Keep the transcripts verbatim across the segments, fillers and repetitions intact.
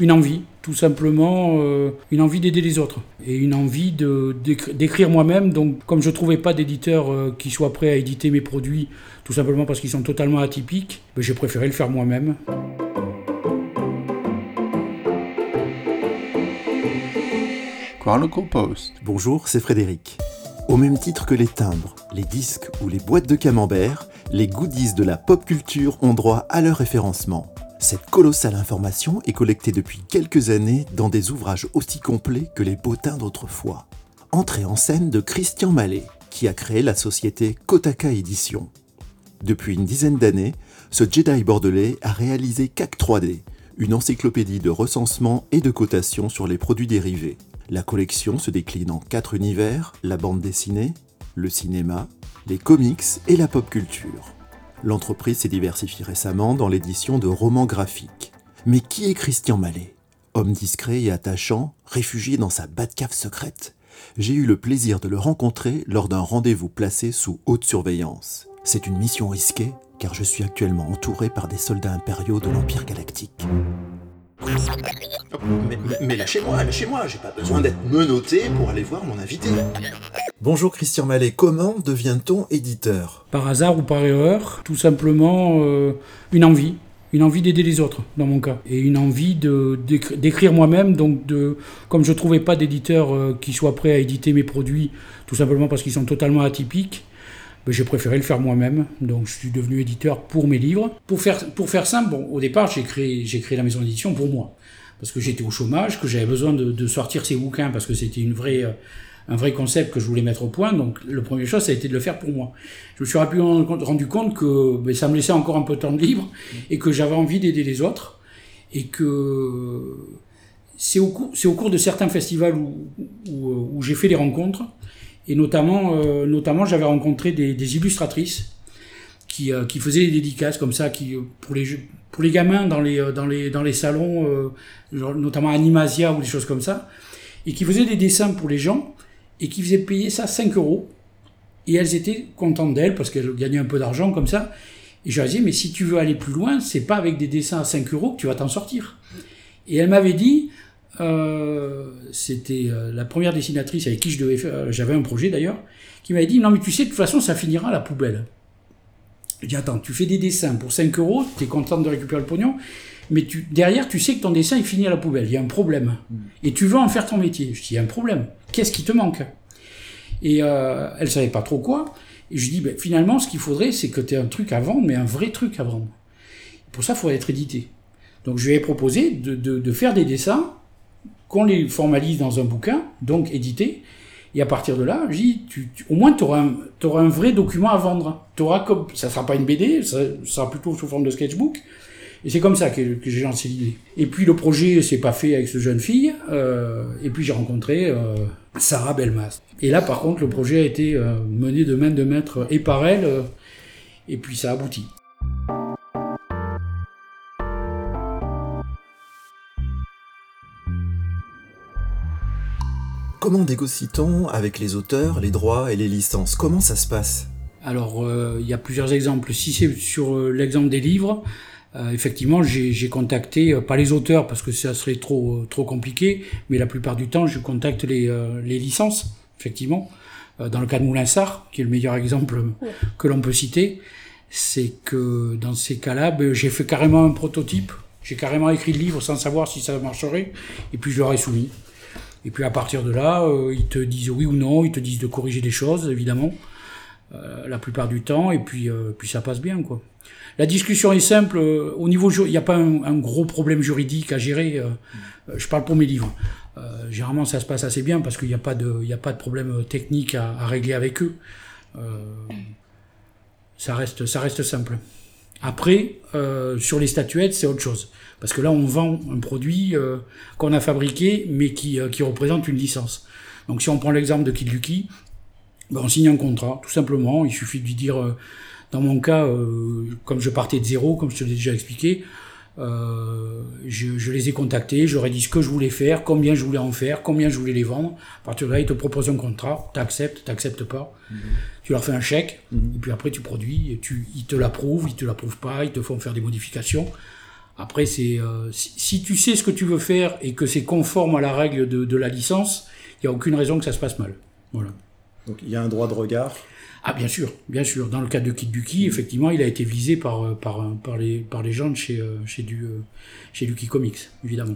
Une envie, tout simplement, euh, une envie d'aider les autres et une envie de, d'écrire moi-même. Donc, comme je ne trouvais pas d'éditeur euh, qui soit prêt à éditer mes produits, tout simplement parce qu'ils sont totalement atypiques, ben, j'ai préféré le faire moi-même. Chronicle Post. Bonjour, c'est Frédéric. Au même titre que les timbres, les disques ou les boîtes de camembert, les goodies de la pop culture ont droit à leur référencement. Cette colossale information est collectée depuis quelques années dans des ouvrages aussi complets que les bottins d'autrefois. Entrée en scène de Christian Mallet, qui a créé la société Kotaka Éditions. Depuis une dizaine d'années, ce Jedi bordelais a réalisé C A C trois D, une encyclopédie de recensement et de cotation sur les produits dérivés. La collection se décline en quatre univers, la bande dessinée, le cinéma, les comics et la pop culture. L'entreprise s'est diversifiée récemment dans l'édition de romans graphiques. Mais qui est Christian Mallet ? Homme discret et attachant, réfugié dans sa Batcave secrète. J'ai eu le plaisir de le rencontrer lors d'un rendez-vous placé sous haute surveillance. C'est une mission risquée, car je suis actuellement entouré par des soldats impériaux de l'Empire Galactique. Mais, mais, mais lâchez-moi, lâchez-moi, j'ai pas besoin d'être menotté pour aller voir mon invité. Bonjour Christian Mallet, comment devient-on éditeur ? Par hasard ou par erreur, tout simplement euh, une envie. Une envie d'aider les autres, dans mon cas. Et une envie de, d'écrire moi-même. Donc, de, comme je ne trouvais pas d'éditeur euh, qui soit prêt à éditer mes produits, tout simplement parce qu'ils sont totalement atypiques, ben, j'ai préféré le faire moi-même. Donc, je suis devenu éditeur pour mes livres. Pour faire, pour faire simple, bon, au départ, j'ai créé, j'ai créé la maison d'édition pour moi. Parce que j'étais au chômage, que j'avais besoin de, de sortir ces bouquins, parce que c'était une vraie... Euh, un vrai concept que je voulais mettre au point, donc la première chose, ça a été de le faire pour moi. Je me suis rendu compte que ben, ça me laissait encore un peu de temps de libre, et que j'avais envie d'aider les autres, et que c'est au cours, c'est au cours de certains festivals où, où, où j'ai fait des rencontres, et notamment, euh, notamment j'avais rencontré des, des illustratrices qui, euh, qui faisaient des dédicaces comme ça, qui, pour les, pour les gamins dans les, dans les, dans les salons, euh, genre, notamment Animasia ou des choses comme ça, et qui faisaient des dessins pour les gens, et qui faisaient payer ça cinq euros. Et elles étaient contentes d'elles, parce qu'elles gagnaient un peu d'argent comme ça. Et je leur disais, mais si tu veux aller plus loin, c'est pas avec des dessins à cinq euros que tu vas t'en sortir. Et elle m'avait dit, euh, c'était euh, la première dessinatrice avec qui je devais faire, euh, j'avais un projet d'ailleurs, qui m'avait dit, non mais tu sais, de toute façon, ça finira à la poubelle. Je dis, attends, tu fais des dessins pour cinq euros, t'es contente de récupérer le pognon, mais tu, derrière, tu sais que ton dessin, il finit à la poubelle. Il y a un problème. Mmh. Et tu veux en faire ton métier. Je dis, il y a un problème. Qu'est-ce qui te manque ? Et euh, elle savait pas trop quoi. Et je dis, ben, finalement, ce qu'il faudrait, c'est que tu aies un truc à vendre, mais un vrai truc à vendre. Pour ça, il faudrait être édité. Donc, je lui ai proposé de, de, de faire des dessins, qu'on les formalise dans un bouquin, donc édité. Et à partir de là, je dis, tu, tu, au moins, tu auras un, t'auras un vrai document à vendre. T'auras comme, ça sera pas une B D, ça, ça sera plutôt sous forme de sketchbook. Et c'est comme ça que, que j'ai lancé l'idée. Et puis le projet s'est pas fait avec cette jeune fille. Euh, et puis j'ai rencontré euh, Sarah Belmas. Et là, par contre, le projet a été euh, mené de main de maître et par elle. Euh, et puis ça a abouti. Comment négocie-t-on avec les auteurs, les droits et les licences ? Comment ça se passe ? Alors, euh, il y a plusieurs exemples. Si c'est sur euh, l'exemple des livres, Euh, effectivement, j'ai, j'ai contacté, euh, pas les auteurs parce que ça serait trop euh, trop compliqué, mais la plupart du temps, je contacte les euh, les licences, effectivement. Euh, dans le cas de Moulinsart, qui est le meilleur exemple ouais. que l'on peut citer, c'est que dans ces cas-là, ben, j'ai fait carrément un prototype, j'ai carrément écrit le livre sans savoir si ça marcherait, et puis je leur ai soumis. Et puis à partir de là, euh, ils te disent oui ou non, ils te disent de corriger des choses, évidemment, euh, la plupart du temps, et puis euh, puis ça passe bien, quoi. La discussion est simple. Euh, au niveau, il n'y a pas un, un gros problème juridique à gérer. Euh, euh, je parle pour mes livres. Euh, généralement, ça se passe assez bien parce qu'il n'y a pas de, il n'y a pas de problème technique à, à régler avec eux. Euh, ça reste, ça reste simple. Après, euh, sur les statuettes, c'est autre chose. Parce que là, on vend un produit euh, qu'on a fabriqué, mais qui, euh, qui représente une licence. Donc, si on prend l'exemple de Kid Lucky, ben, on signe un contrat, tout simplement. Il suffit de lui dire... Euh, Dans mon cas, euh, comme je partais de zéro, comme je te l'ai déjà expliqué, euh, je, je les ai contactés, je leur ai dit ce que je voulais faire, combien je voulais en faire, combien je voulais les vendre. À partir de là, ils te proposent un contrat, t'acceptes, t'acceptes pas. Mmh. Tu leur fais un chèque, mmh. et puis après tu produis, et tu, ils te l'approuvent, ils te l'approuvent pas, ils te font faire des modifications. Après, c'est euh, si, si tu sais ce que tu veux faire et que c'est conforme à la règle de, de la licence, il n'y a aucune raison que ça se passe mal. Voilà. Donc il y a un droit de regard. Ah bien sûr, bien sûr. Dans le cas de Kid Duki, effectivement, il a été visé par par par les par les gens de chez chez du chez Duki Comics, évidemment.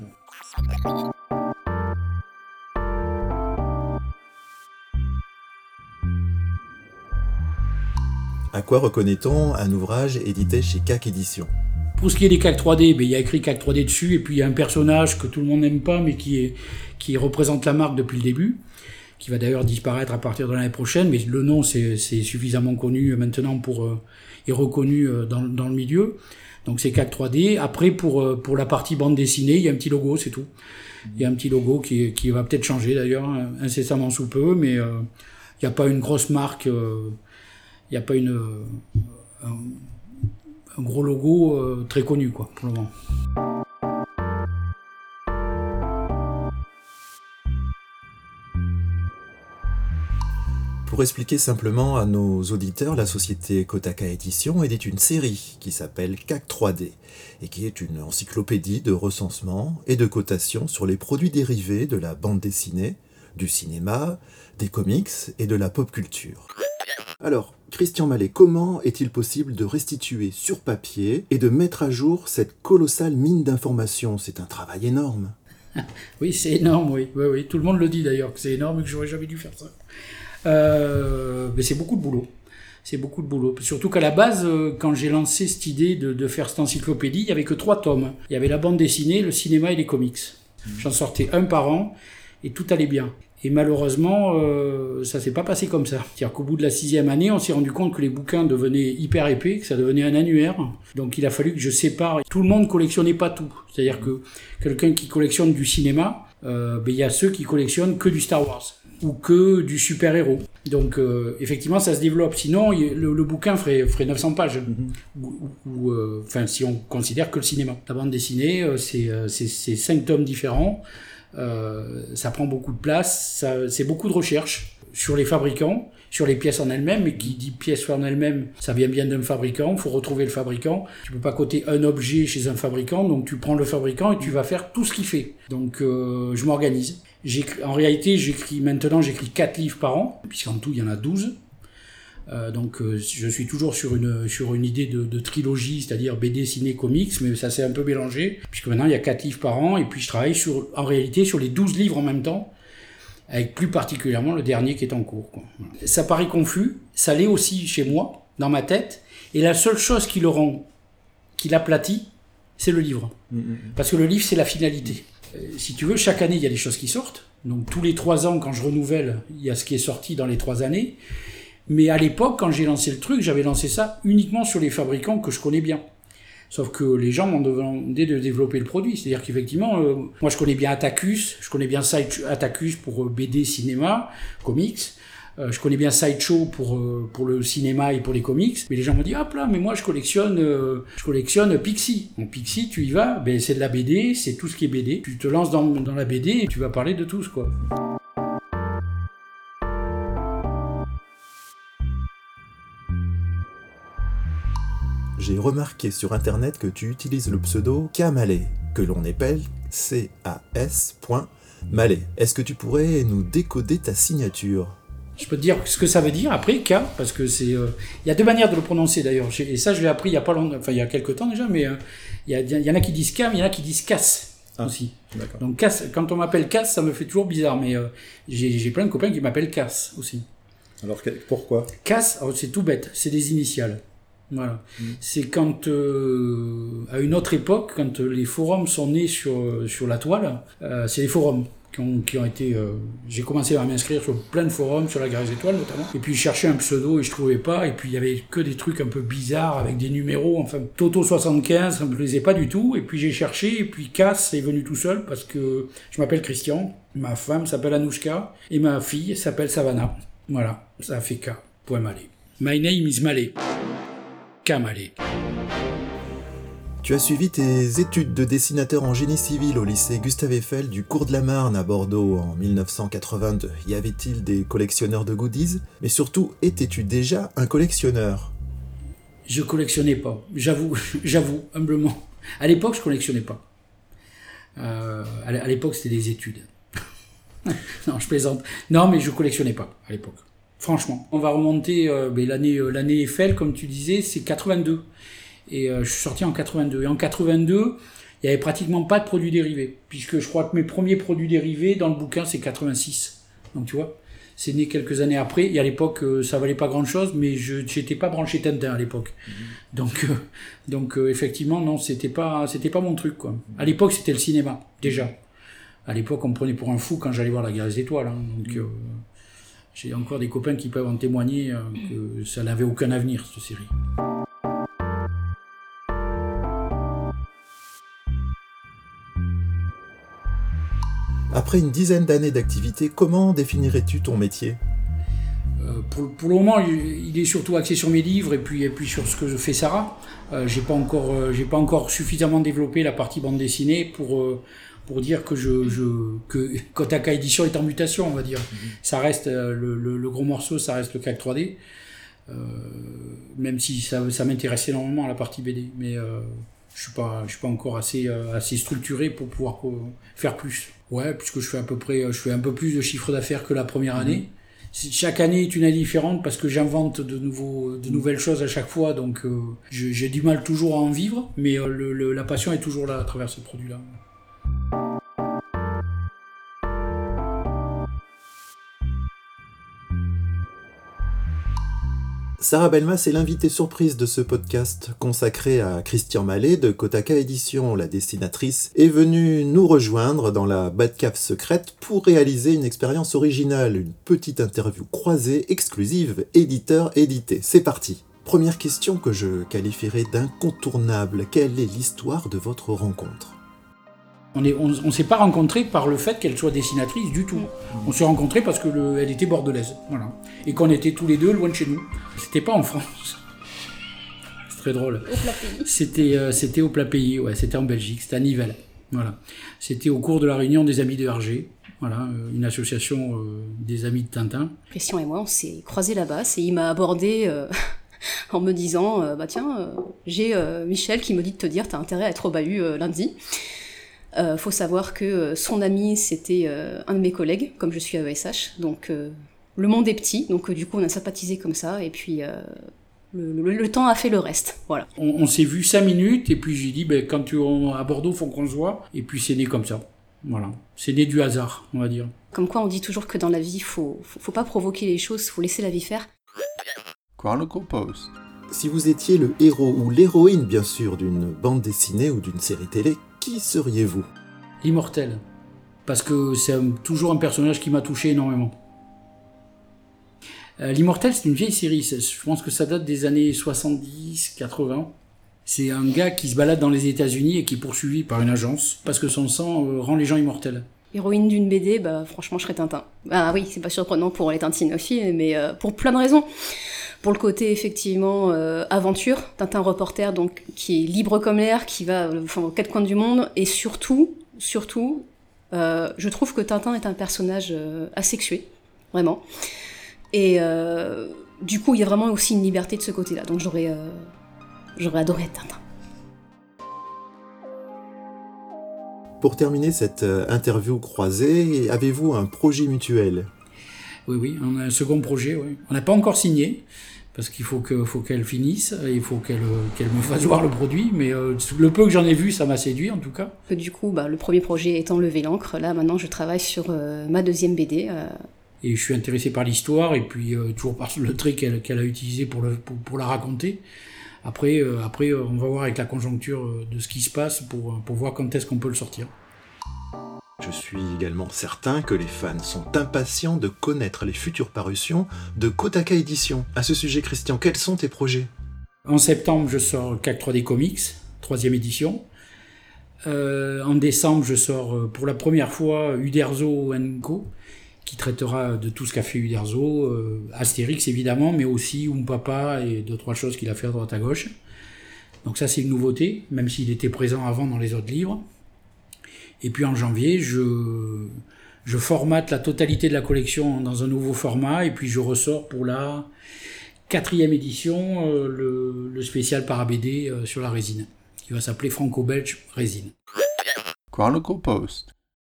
À quoi reconnaît-on un ouvrage édité chez C A C Éditions ? Pour ce qui est des C A C trois D, ben, il y a écrit C A C trois D dessus, et puis il y a un personnage que tout le monde n'aime pas, mais qui est qui représente la marque depuis le début, qui va d'ailleurs disparaître à partir de l'année prochaine, mais le nom c'est, c'est suffisamment connu maintenant pour euh, est reconnu euh, dans, dans le milieu. Donc c'est C A C trois D. Après pour euh, pour la partie bande dessinée, il y a un petit logo, c'est tout. Il y a un petit logo qui qui va peut-être changer d'ailleurs incessamment sous peu, mais euh, il n'y a pas une grosse marque. Euh, Il n'y a pas une, euh, un, un gros logo euh, très connu, quoi, pour le moment. Pour expliquer simplement à nos auditeurs, la société Kotaka Édition édite une série qui s'appelle C A C trois D et qui est une encyclopédie de recensement et de cotation sur les produits dérivés de la bande dessinée, du cinéma, des comics et de la pop culture. Alors, Christian Mallet, comment est-il possible de restituer sur papier et de mettre à jour cette colossale mine d'informations ? C'est un travail énorme. Oui, c'est énorme, oui. oui, oui. Tout le monde le dit d'ailleurs, que c'est énorme et que j'aurais jamais dû faire ça. Euh, mais c'est beaucoup de boulot. C'est beaucoup de boulot. Surtout qu'à la base, quand j'ai lancé cette idée de, de faire cette encyclopédie, il n'y avait que trois tomes. Il y avait la bande dessinée, le cinéma et les comics. Mmh. J'en sortais un par an et tout allait bien. Et malheureusement, euh, ça s'est pas passé comme ça. C'est-à-dire qu'au bout de la sixième année, on s'est rendu compte que les bouquins devenaient hyper épais, que ça devenait un annuaire. Donc il a fallu que je sépare. Tout le monde collectionnait pas tout. C'est-à-dire que quelqu'un qui collectionne du cinéma, euh, ben, il y a ceux qui collectionnent que du Star Wars ou que du super-héros. Donc euh, effectivement, ça se développe. Sinon, le, le bouquin ferait, ferait neuf cents pages. Mm-hmm. Ou, ou euh, enfin, si on considère que le cinéma. La bande dessinée, euh, c'est, euh, c'est, c'est cinq tomes différents. Euh, ça prend beaucoup de place, ça, c'est beaucoup de recherche sur les fabricants, sur les pièces en elles-mêmes, et qui dit pièces en elles-mêmes, ça vient bien d'un fabricant, il faut retrouver le fabricant, tu peux pas coter un objet chez un fabricant, donc tu prends le fabricant et tu vas faire tout ce qu'il fait. Donc euh, je m'organise. J'écris, en réalité, j'écris maintenant, j'écris quatre livres par an, puisqu'en tout il y en a douze. Euh, donc euh, je suis toujours sur une sur une idée de, de trilogie, c'est-à-dire B D, ciné, comics, mais ça s'est un peu mélangé, puisque maintenant il y a quatre livres par an, et puis je travaille sur, en réalité sur les douze livres en même temps, avec plus particulièrement le dernier qui est en cours, quoi. Voilà. Ça paraît confus, ça l'est aussi chez moi, dans ma tête, et la seule chose qui le rend, qui l'aplatit, c'est le livre. Mmh. Parce que le livre, c'est la finalité. Euh, si tu veux, chaque année, il y a des choses qui sortent, donc tous les trois ans, quand je renouvelle, il y a ce qui est sorti dans les trois années. Mais à l'époque, quand j'ai lancé le truc, j'avais lancé ça uniquement sur les fabricants que je connais bien. Sauf que les gens m'ont demandé de développer le produit. C'est-à-dire qu'effectivement, euh, moi je connais bien Attacus, je connais bien Side Attacus pour euh, B D, cinéma, comics. Euh, je connais bien Sideshow pour euh, pour le cinéma et pour les comics. Mais les gens m'ont dit, hop là, mais moi je collectionne euh, je collectionne Pixie. En Pixie, tu y vas, ben c'est de la B D, c'est tout ce qui est B D. Tu te lances dans dans la B D et tu vas parler de tous, quoi. J'ai remarqué sur internet que tu utilises le pseudo K Mallet, que l'on appelle C A S Mallet. Est-ce que tu pourrais nous décoder ta signature ? Je peux te dire ce que ça veut dire après, K, parce que c'est... Il euh, y a deux manières de le prononcer d'ailleurs, et ça je l'ai appris il y a pas longtemps, enfin il y a quelques temps déjà, mais il euh, y, y, y en a qui disent K, mais il y en a qui disent Cass ah, aussi. D'accord. Donc Cass, quand on m'appelle Cass, ça me fait toujours bizarre, mais euh, j'ai, j'ai plein de copains qui m'appellent Cass aussi. Alors pourquoi ? Cass, alors, c'est tout bête, c'est des initiales. Voilà. Mmh. C'est quand, euh, à une autre époque, quand les forums sont nés sur, sur la toile, euh, c'est les forums qui ont, qui ont été... Euh, j'ai commencé à m'inscrire sur plein de forums, sur la Guerre des Étoiles notamment, et puis je cherchais un pseudo et je trouvais pas, et puis il y avait que des trucs un peu bizarres avec des numéros, enfin, Toto soixante-quinze, ça me plaisait pas du tout, et puis j'ai cherché, et puis Cass est venu tout seul, parce que je m'appelle Christian, ma femme s'appelle Anouchka, et ma fille s'appelle Savannah. Voilà, ça a fait K. Point Mallet. My name is Mallet. K Mallet. Tu as suivi tes études de dessinateur en génie civil au lycée Gustave Eiffel du Cours de la Marne à Bordeaux en dix-neuf cent quatre-vingt-deux. Y avait-il des collectionneurs de goodies ? Mais surtout, étais-tu déjà un collectionneur ? Je collectionnais pas, j'avoue, j'avoue, humblement. À l'époque, je collectionnais pas. Euh, à l'époque, c'était des études. Non, je plaisante. Non, mais je collectionnais pas à l'époque. Franchement. On va remonter euh, ben, l'année, euh, l'année Eiffel, comme tu disais, c'est quatre-vingt-deux. Et euh, je suis sorti en quatre-vingt-deux. Et en quatre-vingt-deux, il y avait pratiquement pas de produits dérivés. Puisque je crois que mes premiers produits dérivés dans le bouquin, c'est quatre-vingt-six. Donc tu vois, c'est né quelques années après. Et à l'époque, euh, ça valait pas grand-chose, mais je j'étais pas branché Tintin à l'époque. Mmh. Donc, euh, donc euh, effectivement, non, c'était pas, c'était pas mon truc, quoi. À l'époque, c'était le cinéma, déjà. À l'époque, on me prenait pour un fou quand j'allais voir La Guerre des Étoiles. Hein. Donc, euh, j'ai encore des copains qui peuvent en témoigner euh, que ça n'avait aucun avenir, cette série. Après une dizaine d'années d'activité, comment définirais-tu ton métier ? euh, pour, pour le moment, il, il est surtout axé sur mes livres et puis, et puis sur ce que fait Sarah. Euh, j'ai pas encore, euh, j'ai pas encore suffisamment développé la partie bande dessinée pour, euh, pour dire que, je, je, que Kotaka Édition est en mutation, on va dire. Mm-hmm. Ça reste, euh, le, le, le gros morceau, ça reste le C A C trois D. Euh, même si ça, ça m'intéresse énormément à la partie B D. Mais euh, je suis pas, je suis pas encore assez, euh, assez structuré pour pouvoir euh, faire plus. Ouais, puisque je fais à peu près, je fais un peu plus de chiffre d'affaires que la première année. Mmh. Chaque année est une année différente parce que j'invente de nouveaux, de nouvelles choses à chaque fois, donc euh, j'ai, j'ai du mal toujours à en vivre, mais euh, le, le, la passion est toujours là à travers ce produit-là. Sarah Belmas est l'invitée surprise de ce podcast consacré à Christian Mallet de Kotaka Édition. La dessinatrice est venue nous rejoindre dans la Batcave secrète pour réaliser une expérience originale, une petite interview croisée, exclusive, éditeur-édité. C'est parti. Première question que je qualifierais d'incontournable. Quelle est l'histoire de votre rencontre ? On ne on, on s'est pas rencontrés par le fait qu'elle soit dessinatrice du tout. Mmh. On s'est rencontrés parce que le, elle était bordelaise, voilà, et qu'on était tous les deux loin de chez nous. C'était pas en France. C'est très drôle. Au plat pays. C'était, euh, c'était au plat pays, ouais, c'était en Belgique, c'était à Nivelles. Voilà. C'était au cours de la réunion des Amis de Hergé, voilà, euh, une association euh, des Amis de Tintin. Christian et moi, on s'est croisés là-bas, et il m'a abordé euh, en me disant euh, bah tiens, euh, j'ai euh, Michel qui me dit de te dire, t'as intérêt à être au bahut euh, lundi. Euh, faut savoir que euh, son ami, c'était euh, un de mes collègues, comme je suis à E S H, donc euh, le monde est petit, donc euh, du coup on a sympathisé comme ça, et puis euh, le, le, le temps a fait le reste, voilà. On, on s'est vu cinq minutes, et puis j'ai dit, ben, quand tu es à Bordeaux, faut qu'on se voit, et puis c'est né comme ça, voilà. C'est né du hasard, on va dire. Comme quoi on dit toujours que dans la vie, faut, faut, faut pas provoquer les choses, faut laisser la vie faire. Chronicle Post. Si vous étiez le héros ou l'héroïne, bien sûr, d'une bande dessinée ou d'une série télé, qui seriez-vous ? L'Immortel. Parce que c'est un, toujours un personnage qui m'a touché énormément. Euh, L'Immortel, c'est une vieille série. C'est, je pense que ça date des années soixante-dix quatre-vingts. C'est un gars qui se balade dans les États-Unis et qui est poursuivi par une agence parce que son sang euh, rend les gens immortels. Héroïne d'une B D, bah franchement, je serais Tintin. Ah oui, c'est pas surprenant pour les tintinophiles, mais euh, pour plein de raisons. Pour le côté, effectivement, euh, aventure, Tintin reporter, donc, qui est libre comme l'air, qui va enfin, aux quatre coins du monde, et surtout, surtout, euh, je trouve que Tintin est un personnage euh, asexué, vraiment. Et euh, du coup, il y a vraiment aussi une liberté de ce côté-là, donc j'aurais, euh, j'aurais adoré être Tintin. Pour terminer cette interview croisée, avez-vous un projet mutuel ? Oui, oui, on a un second projet, oui. On n'a pas encore signé, parce qu'il faut, que, faut qu'elle finisse, il faut qu'elle, qu'elle me fasse voir le produit, mais euh, le peu que j'en ai vu, ça m'a séduit en tout cas. Du coup, bah, le premier projet étant Lever l'encre, là maintenant je travaille sur euh, ma deuxième B D. Euh... Et je suis intéressé par l'histoire, et puis euh, toujours par le trait qu'elle, qu'elle a utilisé pour, le, pour, pour la raconter. Après, euh, après, on va voir avec la conjoncture de ce qui se passe pour, pour voir quand est-ce qu'on peut le sortir. Je suis également certain que les fans sont impatients de connaître les futures parutions de Kotaka Édition. À ce sujet, Christian, quels sont tes projets ? En septembre, je sors C A C trois D Comics, troisième édition. Euh, en décembre, je sors pour la première fois Uderzo and Co, qui traitera de tout ce qu'a fait Uderzo, euh, Astérix évidemment, mais aussi Oom Papa et deux trois choses qu'il a fait à droite à gauche. Donc ça, c'est une nouveauté, même s'il était présent avant dans les autres livres. Et puis en janvier, je, je formate la totalité de la collection dans un nouveau format, et puis je ressors pour la quatrième édition euh, le, le spécial Para B D euh, sur la résine, qui va s'appeler Franco-Belge Résine. Chronicle Post.